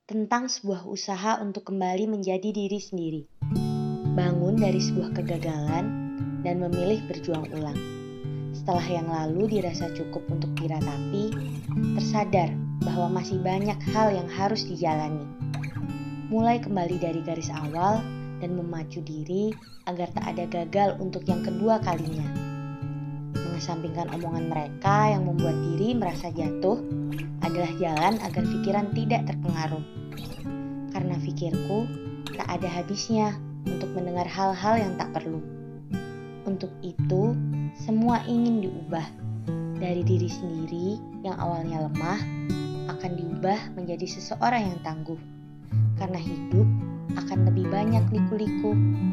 tentang sebuah usaha untuk kembali menjadi diri sendiri. Bangun dari sebuah kegagalan dan memilih berjuang ulang. Setelah yang lalu dirasa cukup untuk diratapi, tersadar bahwa masih banyak hal yang harus dijalani. Mulai kembali dari garis awal dan memacu diri agar tak ada gagal untuk yang kedua kalinya. Mengesampingkan omongan mereka yang membuat diri merasa jatuh adalah jalan agar pikiran tidak terpengaruh. Karena pikirku tak ada habisnya untuk mendengar hal-hal yang tak perlu. Untuk itu, semua ingin diubah. Dari diri sendiri yang awalnya lemah akan diubah menjadi seseorang yang tangguh. Karena hidup akan lebih banyak liku-liku.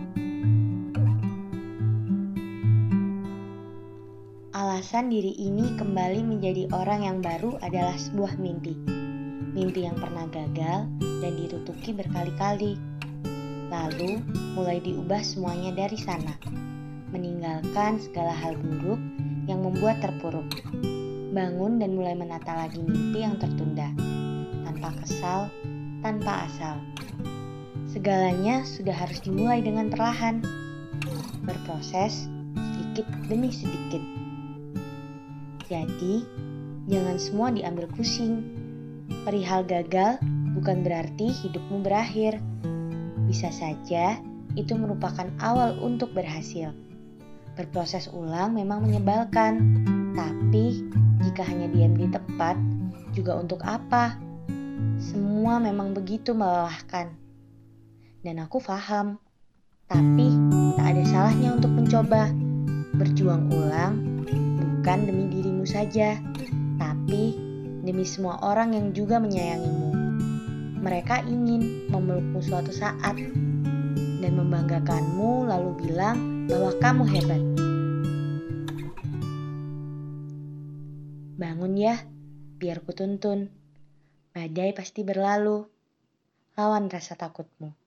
Alasan diri ini kembali menjadi orang yang baru adalah sebuah mimpi. Mimpi yang pernah gagal dan ditutuki berkali-kali. Lalu mulai diubah semuanya dari sana. Meninggalkan segala hal buruk yang membuat terpuruk. Bangun dan mulai menata lagi mimpi yang tertunda. Tanpa kesal, tanpa asal. Segalanya sudah harus dimulai dengan perlahan. Berproses sedikit demi sedikit. Jadi, jangan semua diambil pusing. Perihal gagal bukan berarti hidupmu berakhir. Bisa saja itu merupakan awal untuk berhasil. Berproses ulang memang menyebalkan, tapi jika hanya diam di tempat, juga untuk apa? Semua memang begitu melelahkan. Dan aku paham, tapi tak ada salahnya untuk mencoba. Berjuang ulang bukan demi dirimu saja, tapi demi semua orang yang juga menyayangimu. Mereka ingin memelukmu suatu saat dan membanggakanmu lalu bilang bahwa kamu hebat. Bangun ya, biar kutuntun. Badai pasti berlalu. Lawan rasa takutmu.